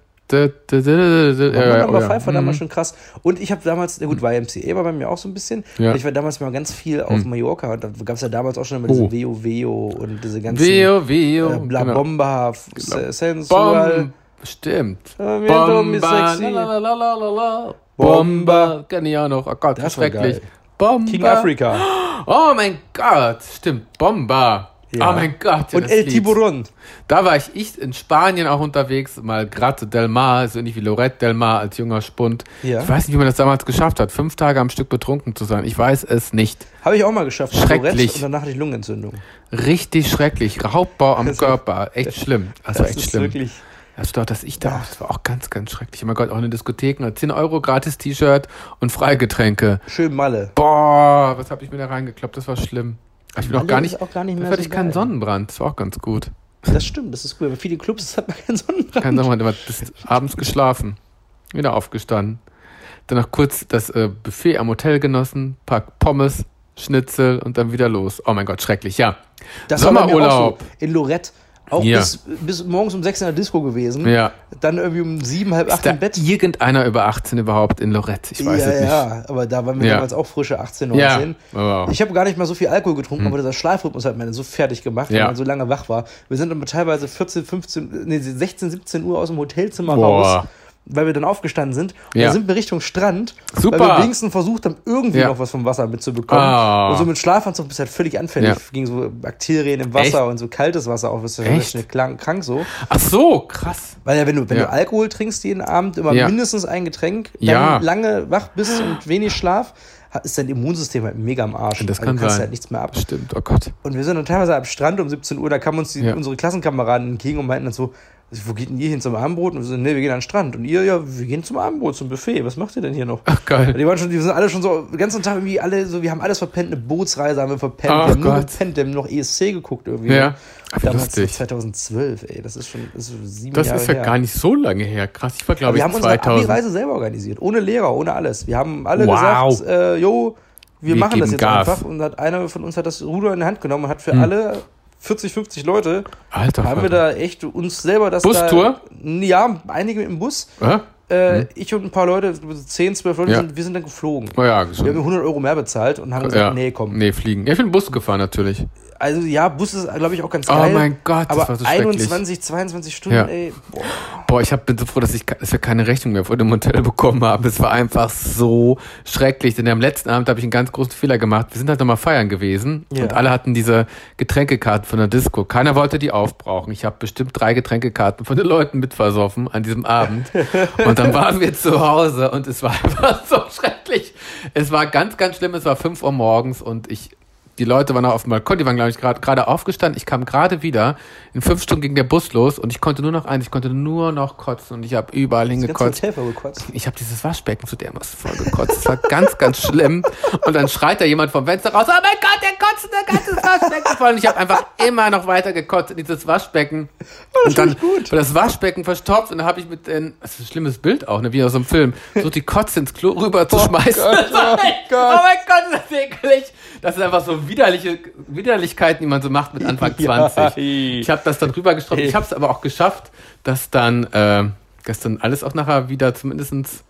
Nummer 5 war damals schon krass. Und ich habe damals, gut, YMCA war bei mir auch so ein bisschen. Ja. Ich war damals mal ganz viel auf Mallorca. Und da gab es ja damals auch schon immer diese Veo Veo und diese ganzen Veo, La Bomba, Sensual. Stimmt. Bomba. Kenne ich auch noch. Oh Gott, das schrecklich. Bomba. King Africa. Oh mein Gott, stimmt. Bomba. Ja. Oh mein Gott. Ja, und El Tiburon. Da war ich in Spanien auch unterwegs, mal Grat del Mar, so ähnlich wie Lloret del Mar als junger Spund. Ja. Ich weiß nicht, wie man das damals geschafft hat, 5 Tage am Stück betrunken zu sein. Ich weiß es nicht. Habe ich auch mal geschafft. Schrecklich. Und danach hatte ich Lungenentzündung. Richtig schrecklich. Raubbau am Körper. Echt schlimm. Also das echt ist schlimm. Wirklich. Das war auch ganz, ganz schrecklich. Oh mein Gott, auch in den Diskotheken. 10 € gratis T-Shirt und Freigetränke. Schön Malle. Boah, was habe ich mir da reingeklappt? Das war schlimm. Ich bin auch gar nicht mehr so hatte ich keinen Sonnenbrand. Das war auch ganz gut. Das stimmt, das ist gut. Aber viele Clubs hat man keinen Sonnenbrand. Kein Sonnenbrand, bis abends geschlafen. Wieder aufgestanden. Dann noch kurz das Buffet am Hotel genossen, paar Pommes, Schnitzel und dann wieder los. Oh mein Gott, schrecklich, ja. Das Sommerurlaub. So. In Lorette. Auch bis morgens um 6 in der Disco gewesen. Ja. Dann irgendwie um 7, halb 8 im Bett. Irgendeiner über 18 überhaupt in Lorette? Ich weiß es nicht. Ja, aber da waren wir damals auch frische 18, 19. Ja. Wow. Ich habe gar nicht mal so viel Alkohol getrunken, aber dieser Schlafrhythmus hat mir so fertig gemacht, weil man so lange wach war. Wir sind dann teilweise 16, 17 Uhr aus dem Hotelzimmer raus, weil wir dann aufgestanden sind. Und dann sind wir Richtung Strand, super, weil wir wenigstens versucht haben, irgendwie noch was vom Wasser mitzubekommen. Und so mit Schlafanzug bist du halt völlig anfällig gegen so Bakterien im Wasser und so kaltes Wasser auch. Bist du halt schnell krank so. Ach so, krass. Weil ja, wenn du Alkohol trinkst jeden Abend, immer mindestens ein Getränk, dann lange wach bist und wenig Schlaf, ist dein Immunsystem halt mega am Arsch. Das kann du kannst sein. halt nichts mehr ab. Stimmt, oh Gott. Und wir sind dann teilweise am Strand um 17 Uhr, da kamen uns unsere Klassenkameraden entgegen und meinten dann so, wo geht denn ihr hin zum Abendbrot? Und wir so, nee, wir gehen an den Strand. Und ihr, ja, wir gehen zum Abendbrot, zum Buffet. Was macht ihr denn hier noch? Ach, geil. Und die sind alle schon so, den ganzen Tag irgendwie alle so, wir haben alles verpennt, eine Bootsreise haben wir verpennt, wir haben nur gepennt, wir haben noch ESC geguckt irgendwie. Ja, damals 2012, ey, das ist schon 7 Jahre her. Das ist ja gar nicht so lange her, krass. Ich war, glaube ich, 2000. Wir haben unsere Abi-Reise selber organisiert, ohne Lehrer, ohne alles. Wir haben alle gesagt, wir machen das jetzt einfach. Und einer von uns hat das Ruder in die Hand genommen und hat für alle 40, 50 Leute haben wir da echt uns selber das Bustour? Ja, einige im Bus. Ich und ein paar Leute, 10, 12 Leute, wir sind dann geflogen. Oh ja, wir haben 100 € mehr bezahlt und haben gesagt, nee, komm. Nee, fliegen. Ja, ich bin Bus gefahren natürlich. Also ja, Bus ist, glaube ich, auch ganz geil. Oh mein Gott, das aber war so 21, 22 Stunden, ey. Boah, bin so froh, dass wir keine Rechnung mehr vor dem Hotel bekommen haben. Es war einfach so schrecklich. Denn am letzten Abend habe ich einen ganz großen Fehler gemacht. Wir sind halt nochmal feiern gewesen und alle hatten diese Getränkekarten von der Disco. Keiner wollte die aufbrauchen. Ich habe bestimmt 3 Getränkekarten von den Leuten mitversoffen an diesem Abend. Und dann waren wir zu Hause und es war einfach so schrecklich. Es war ganz, ganz schlimm. Es war 5 Uhr morgens und ich Die Leute waren auch auf dem Balkon, die waren, glaube ich, gerade aufgestanden. Ich kam gerade wieder. In 5 Stunden ging der Bus los und ich konnte nur noch kotzen und ich habe überall hingekotzt. Ich habe dieses Waschbecken zu dermaßen voll gekotzt. Das war ganz, ganz schlimm. Und dann schreit da jemand vom Fenster raus, oh mein Gott, der kotzt ein ganzes Waschbecken voll. Und ich habe einfach immer noch weiter gekotzt in dieses Waschbecken. Und dann war das Waschbecken verstopft und dann habe ich das ist ein schlimmes Bild auch, ne, wie aus so einem Film, so die Kotze ins Klo rüber zu schmeißen. Oh mein Gott, ist das eklig. Das sind einfach so Widerlichkeiten, die man so macht mit Anfang 20. Ich habe das dann rüber gestopft. Ich habe es aber auch geschafft, dass dann alles auch nachher wieder zumindest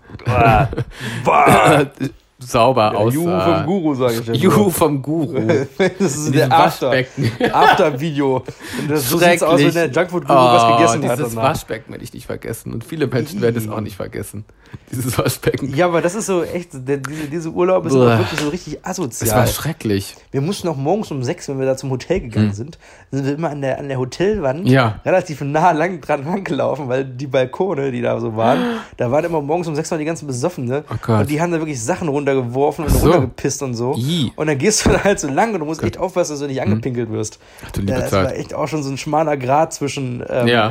sauber aussah. Juhu vom Guru, sage ich jetzt. Juhu vom Guru. Das ist der After-Video. So sieht es aus, wenn der Junkfood-Guru was gegessen hat. Dieses Waschbecken werde ich nicht vergessen. Und viele Menschen werden es auch nicht vergessen. Dieses Waschbecken. Ja, aber das ist so echt, diese Urlaube sind auch wirklich so richtig asozial. Das war schrecklich. Wir mussten auch morgens um 6, wenn wir da zum Hotel gegangen sind wir immer an der Hotelwand relativ nah dran gelaufen, weil die Balkone, die da so waren, da waren immer morgens um 6 noch die ganzen Besoffene. Und die haben da wirklich Sachen runtergeworfen und runtergepisst und so. Und dann gehst du da halt so lang und du musst echt aufpassen, dass du nicht angepinkelt wirst. Ach, du liebe das war echt auch schon so ein schmaler Grat zwischen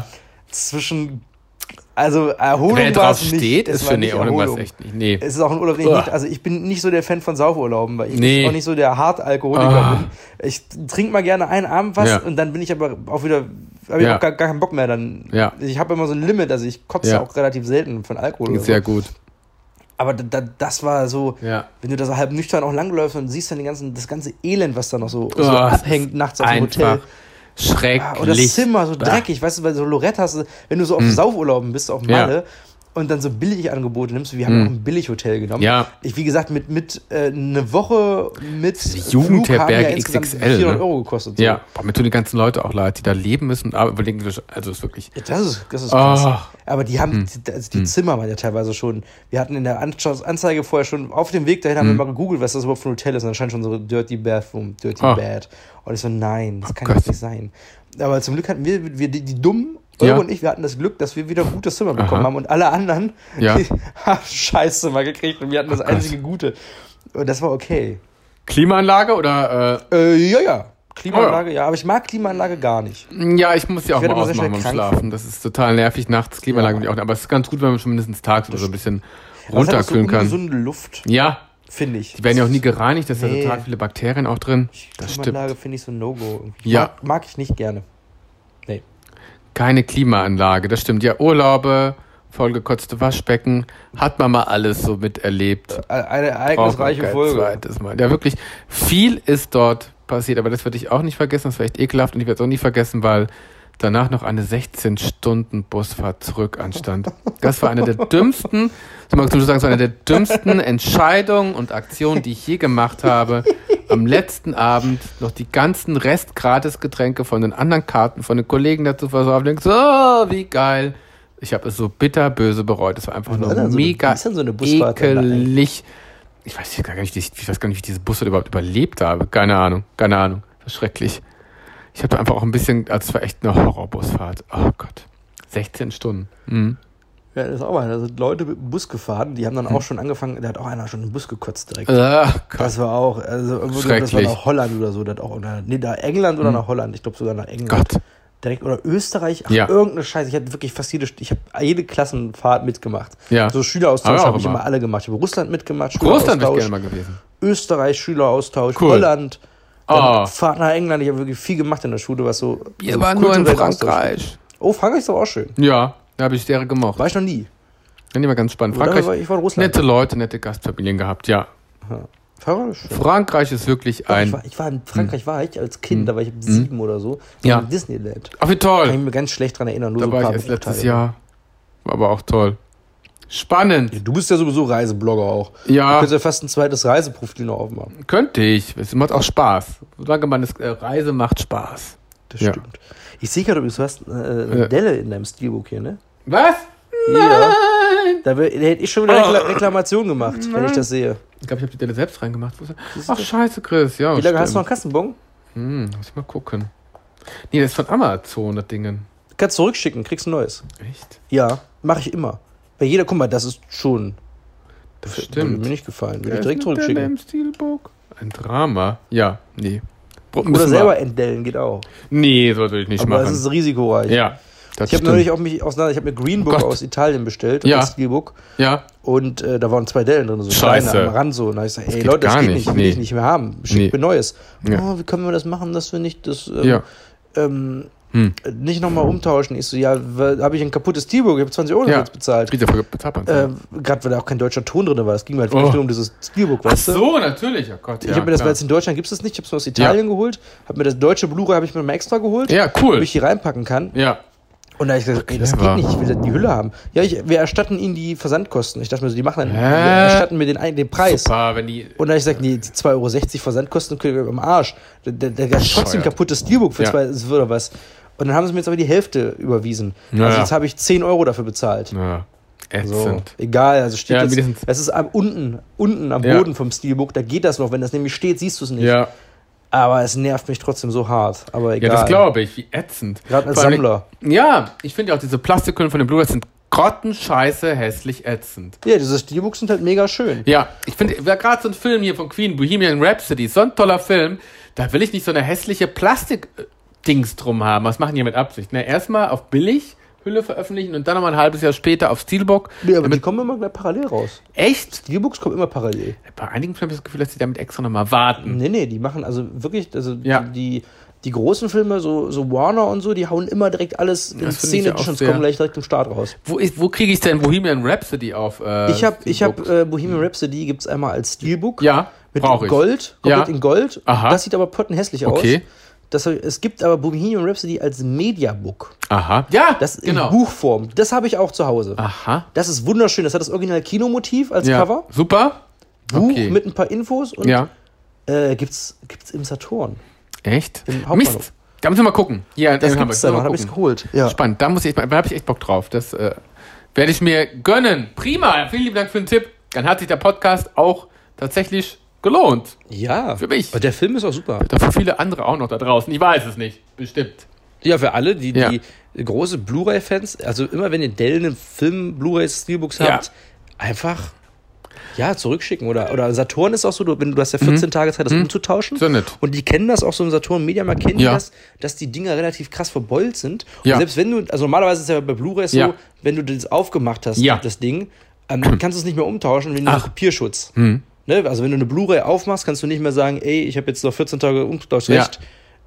also Erholung war es nicht. Steht, ist für Erholung war es echt nicht. Nee. Es ist auch ein Urlaub, den ich nicht, also ich bin nicht so der Fan von Saufurlauben, weil ich auch nicht so der Hartalkoholiker bin. Ich trinke mal gerne einen Abend was und dann bin ich aber auch wieder, habe ich auch gar keinen Bock mehr. Dann. Ja. Ich habe immer so ein Limit, also ich kotze auch relativ selten von Alkohol. Oder Sehr so. gut. Aber das war so, wenn du da so halb nüchtern auch langläufst und siehst dann das ganze Elend, was da noch so abhängt nachts auf dem Hotel. Schrecklich. Und das Zimmer so dreckig, weißt du, weil so Lorette hast, wenn du so auf Saufurlauben bist, auf Malle, und dann so Billigangebote nimmst, wir haben auch ein Billighotel genommen. Ja. Ich, wie gesagt, mit eine Woche mit Jugendherberge XXL, 400 Euro gekostet. So. Ja, aber mir tun die ganzen Leute auch leid, die da leben müssen, aber überlegen, also ist wirklich... Ja, das ist krass. Aber die haben, die Zimmer waren ja teilweise schon, wir hatten in der Anzeige vorher schon, auf dem Weg dahin haben wir mal gegoogelt, was das überhaupt für ein Hotel ist, und dann stand schon so Dirty Bathroom, Dirty Bad. Und ich so, nein, das kann jetzt nicht sein. Aber zum Glück hatten wir die dummen Euro und ich, wir hatten das Glück, dass wir wieder ein gutes Zimmer bekommen haben und alle anderen haben Scheißzimmer gekriegt und wir hatten das einzige Gute. Und das war okay. Klimaanlage oder? Ja. Klimaanlage, aber ich mag Klimaanlage gar nicht. Ja, ich muss die auch mal ausmachen beim Schlafen. Das ist total nervig nachts, Klimaanlage auch. Aber es ist ganz gut, wenn man schon mindestens tagsüber so ein bisschen runterkühlen kann. Gesunde Luft. Ja. Finde ich. Die werden ja auch nie gereinigt, da sind total viele Bakterien auch drin. Das stimmt. Klimaanlage finde ich so ein No-Go. Ja. Mag ich nicht gerne. Nee. Keine Klimaanlage, das stimmt. Ja, Urlaube, vollgekotzte Waschbecken, hat man mal alles so miterlebt. Eine ereignisreiche Folge. Zweites Mal. Ja, wirklich viel ist dort passiert, aber das würde ich auch nicht vergessen, das war echt ekelhaft und ich werde es auch nicht vergessen, weil danach noch eine 16-Stunden-Busfahrt zurück anstand. Das war eine der dümmsten, Entscheidungen und Aktionen, die ich je gemacht habe. Am letzten Abend noch die ganzen Rest-Gratis-Getränke von den anderen Karten, von den Kollegen dazu versorgt. So, wie geil. Ich habe es so bitterböse bereut. Das war einfach nur mega ekelig. Ich weiß gar nicht, wie ich diese Busfahrt überhaupt überlebt habe. Keine Ahnung. Das war schrecklich. Ich hatte einfach auch ein bisschen, es war echt eine Horrorbusfahrt. Oh Gott. 16 Stunden. Ja, das ist auch mal. Da sind Leute mit dem Bus gefahren, die haben dann auch schon angefangen, da hat auch einer schon den Bus gekotzt direkt. Das war auch, das war nach Holland oder so, das auch, nach England oder nach Holland, ich glaube sogar nach England. Gott. Direkt, oder Österreich, irgendeine Scheiße. Ich hatte wirklich fast jede Klassenfahrt mitgemacht. Ja. So Schüleraustausch habe ich immer alle gemacht. Ich habe Russland mitgemacht, Russland wäre ich gerne mal gewesen. Österreich, Schüleraustausch, Holland, Fahrt nach England. Ich habe wirklich viel gemacht in der Schule, was so. Wir waren nur in Frankreich. Oh, Frankreich ist aber auch schön. Ja, da habe ich sehr gemocht. War ich noch nie. Dann immer ganz spannend. Frankreich, ich war in Russland. Nette Leute, nette Gastfamilien gehabt, ja. Frankreich ist wirklich ein... Ich war in Frankreich als Kind, da war ich 7 oder so. In Disneyland. Ach, wie toll. Kann ich mich ganz schlecht dran erinnern. Nur da so war ich erst letztes Jahr. War aber auch toll. Spannend. Ja, du bist ja sowieso Reiseblogger auch. Ja. Du könntest ja fast ein zweites Reiseprofil noch aufmachen. Könnte ich. Es macht auch Spaß. Solange man Reise macht Spaß. Das stimmt. Ich sehe gerade, du hast eine Delle in deinem Steelbook hier, ne? Was? Ja. Da hätte ich schon wieder eine Reklamation gemacht, wenn ich das sehe. Ich glaube, ich habe die Delle selbst reingemacht. Ach, scheiße, Chris. Ja, wie lange hast du noch einen Kassenbon? Muss ich mal gucken. Nee, das ist von Amazon, das Ding. Kannst zurückschicken, kriegst ein neues. Echt? Ja, mache ich immer. Bei jeder, guck mal, das ist schon... Das stimmt. Mir nicht gefallen. Will ich direkt zurückschicken. Steelbook. Ein Drama? Ja, nee. Oder selber entdellen, geht auch. Nee, so würde ich nicht machen. Aber das ist risikoreich. Ja. Ich habe neulich auch ich habe mir Green Book aus Italien bestellt, das Steelbook. Ja. Und da waren 2 Dellen drin, so Scheiße. kleine am Rand so. Und da habe ich gesagt, ey Leute, das geht nicht, will ich nicht mehr haben. Schickt mir Neues. Ja. Oh, wie können wir das machen, dass wir nicht das nicht nochmal umtauschen? Ich so, habe ich ein kaputtes Steelbook, ich habe 20 € jetzt bezahlt. Gerade weil da auch kein deutscher Ton drin war. Es ging halt wirklich nur um dieses Steelbook, weißt du? Ach so, natürlich, oh Gott. Ich habe mir das, weil es in Deutschland gibt es nicht, ich habe es aus Italien geholt, habe mir das deutsche Blu-ray habe ich mir mal extra geholt, cool, damit ich die reinpacken kann. Ja. Und da habe ich gesagt, ey, das geht nicht, ich will die Hülle haben. Ja, wir erstatten ihnen die Versandkosten. Ich dachte mir so, wir erstatten mir den Preis. Super, und da habe ich gesagt, nee, die 2,60 € Versandkosten kriege ich am Arsch. Der hat trotzdem ein kaputtes Steelbook für 2 oder was. Und dann haben sie mir jetzt aber die Hälfte überwiesen. Also jetzt habe ich 10 € dafür bezahlt. Ja. So, egal, also steht jetzt, es ist unten am Boden vom Steelbook, da geht das noch, wenn das nämlich steht, siehst du es nicht. Ja. Aber es nervt mich trotzdem so hart, aber egal. Ja, das glaube ich, wie ätzend. Gerade als Sammler. Ja, ich finde auch diese Plastikhüllen von den Blu-rays sind grottenscheiße, hässlich ätzend. Ja, diese Steelbooks sind halt mega schön. Ja, ich finde, gerade so ein Film hier von Queen, Bohemian Rhapsody, so ein toller Film, da will ich nicht so eine hässliche Plastik-Dings drum haben. Was machen die mit Absicht? Ne? Erstmal auf billig Hülle veröffentlichen und dann nochmal ein halbes Jahr später auf Steelbook. Ja, aber die kommen immer gleich parallel raus. Echt? Steelbooks kommen immer parallel. Bei einigen Filmen habe ich das Gefühl, dass die damit extra nochmal warten. Nee, die machen also wirklich, die großen Filme, so Warner und so, die hauen immer direkt alles in Szene, die schon kommen gleich direkt im Start raus. Wo kriege ich denn Bohemian Rhapsody auf? Ich habe Bohemian Rhapsody gibt's einmal als Steelbook. Ja, mit Gold, komplett in Gold. Aha. Das sieht aber pottenhässlich aus. Es gibt aber Bohemian Rhapsody als Mediabook. Aha. Ja, das in Buchform. Das habe ich auch zu Hause. Aha. Das ist wunderschön. Das hat das Original-Kinomotiv als Cover. Super. Buch mit ein paar Infos und gibt's im Saturn. Echt? Mist. Da müssen wir mal gucken. Ja, das gibt's da noch. Habe ich's geholt. Ja. Spannend. Da habe ich echt Bock drauf. Das werde ich mir gönnen. Prima. Vielen lieben Dank für den Tipp. Dann hat sich der Podcast auch tatsächlich gelohnt. Ja. Für mich. Aber der Film ist auch super. Für viele andere auch noch da draußen. Ich weiß es nicht. Bestimmt. Ja, für alle, die große Blu-ray-Fans, also immer wenn ihr Dell einen Film, Blu-rays, Steelbooks habt, einfach zurückschicken. Oder Saturn ist auch so, du hast ja 14 Tage Zeit, das umzutauschen. So nett. Und die kennen das auch so im Saturn Mediamarkt, kennen die das, dass die Dinger relativ krass verbeult sind. Und selbst wenn du, also normalerweise ist es ja bei Blu-rays so, wenn du das aufgemacht hast, das Ding, dann kannst du es nicht mehr umtauschen wegen dem Kopierschutz. Ne? Also wenn du eine Blu-ray aufmachst, kannst du nicht mehr sagen, ey, ich habe jetzt noch 14 Tage Umtauschrecht,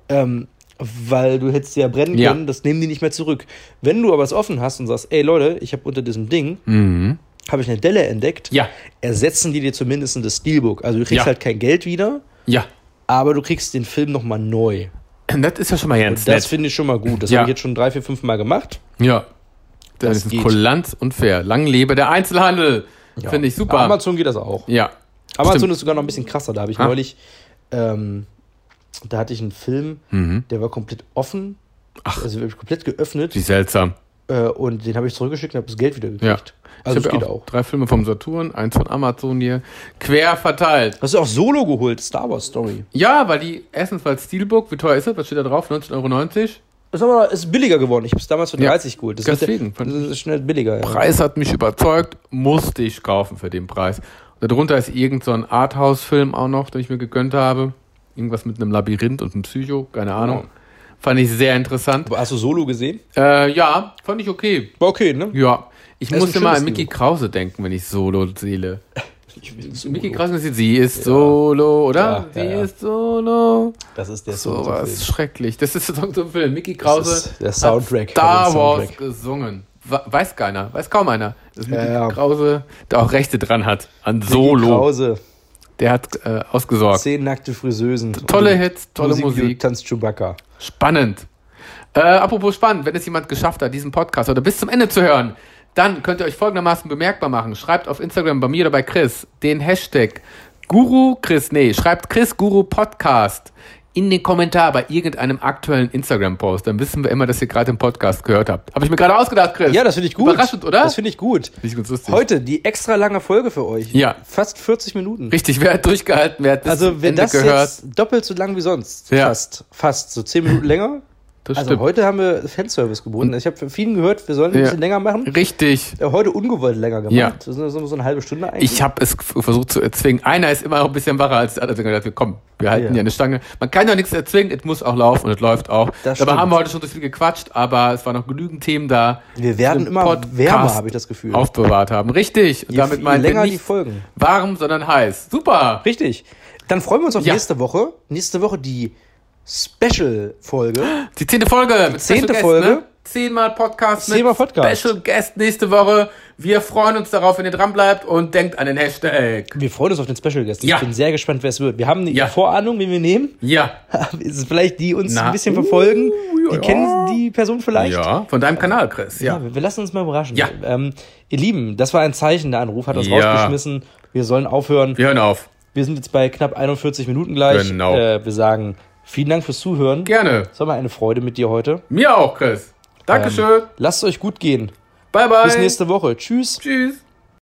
weil du hättest ja brennen können, das nehmen die nicht mehr zurück. Wenn du aber es offen hast und sagst, ey Leute, ich habe unter diesem Ding habe ich eine Delle entdeckt, ersetzen die dir zumindest das Steelbook. Also du kriegst halt kein Geld wieder, aber du kriegst den Film nochmal neu. Das ist ja schon mal ganz nett. Das finde ich schon mal gut. Das habe ich jetzt schon 3, 4, 5 Mal gemacht. Ja. Das ist kulant und fair. Lang lebe der Einzelhandel. Finde ich super. Bei Amazon geht das auch. Ja. Amazon ist sogar noch ein bisschen krasser. Da habe ich neulich, da hatte ich einen Film, der war komplett offen. Also komplett geöffnet. Wie seltsam. Und den habe ich zurückgeschickt und habe das Geld wieder gekriegt. Also das geht auch. 3 Filme vom Saturn, 1 von Amazon hier. Quer verteilt. Hast du auch Solo geholt? Star Wars Story. Ja, weil die, erstens weil Steelbook, wie teuer ist das? Was steht da drauf? 19,90 €? Das ist billiger geworden. Ich habe es damals für 30 geholt. Deswegen. Das ist schnell billiger. Ja. Preis hat mich überzeugt, musste ich kaufen für den Preis. Und darunter ist irgend so ein Arthouse-Film auch noch, den ich mir gegönnt habe. Irgendwas mit einem Labyrinth und einem Psycho, keine Ahnung. Fand ich sehr interessant. Aber hast du Solo gesehen? Ja, fand ich okay. War okay, ne? Ja. Ich musste mal an Mickey Krause denken, wenn ich Solo sehe. Mickey Krause, sie ist Solo, oder? Sie ist Solo. Das ist der Song. So was schrecklich. Das ist so ein Film. Mickey Krause das ist der Soundtrack hat Star Wars gesungen. Weiß keiner, weiß kaum einer, dass Mickey Krause da auch Rechte dran hat an Solo. Mickey Krause. Der hat ausgesorgt. 10 nackte Friseusen. Tolle Hits, tolle Musik. Tanzt Chewbacca. Spannend. Apropos spannend, wenn es jemand geschafft hat, diesen Podcast oder bis zum Ende zu hören, dann könnt ihr euch folgendermaßen bemerkbar machen. Schreibt auf Instagram bei mir oder bei Chris den Hashtag schreibt Chris Guru Podcast in den Kommentar bei irgendeinem aktuellen Instagram-Post. Dann wissen wir immer, dass ihr gerade den Podcast gehört habt. Habe ich mir gerade ausgedacht, Chris. Ja, das finde ich gut. Überraschend, oder? Das finde ich gut. Heute die extra lange Folge für euch. Ja. Fast 40 Minuten. Richtig, wer hat durchgehalten, wer hat bis Also wer Ende das gehört. Jetzt doppelt so lang wie sonst, fast so 10 Minuten länger, Das Also stimmt. heute haben wir Fanservice geboten. Ich habe von vielen gehört, wir sollen ein bisschen länger machen. Richtig. Heute ungewollt länger gemacht. Ja. Das ist so eine halbe Stunde eigentlich. Ich habe es versucht zu erzwingen. Einer ist immer noch ein bisschen wacher als der andere. Ich habe gedacht, komm, wir halten ja eine Stange. Man kann ja nichts erzwingen, es muss auch laufen und es läuft auch. Dabei haben wir heute schon so viel gequatscht, aber es waren noch genügend Themen da. Wir werden immer wärmer, habe ich das Gefühl. Aufbewahrt haben. Richtig. Und damit meinen wir nicht die Folgen. Warm, sondern heiß. Super. Richtig. Dann freuen wir uns auf nächste Woche. Nächste Woche die Special-Folge. Die 10. Folge. Die 10. Folge. Ne? 10-mal Podcast 10-mal Podcast. Special Guest nächste Woche. Wir freuen uns darauf, wenn ihr dran bleibt und denkt an den Hashtag. Wir freuen uns auf den Special Guest. Ja. Ich bin sehr gespannt, wer es wird. Wir haben eine Vorahnung, wen wir nehmen. Ja. Ist es vielleicht die uns ein bisschen verfolgen? Die kennen die Person vielleicht? Ja, von deinem Kanal, Chris. Ja. Wir lassen uns mal überraschen. Ja. Ihr Lieben, das war ein Zeichen. Der Anruf hat uns rausgeschmissen. Wir sollen aufhören. Wir hören auf. Wir sind jetzt bei knapp 41 Minuten gleich. Genau. Wir sagen vielen Dank fürs Zuhören. Gerne. Es war mal eine Freude mit dir heute. Mir auch, Chris. Dankeschön. Lasst es euch gut gehen. Bye, bye. Bis nächste Woche. Tschüss. Tschüss.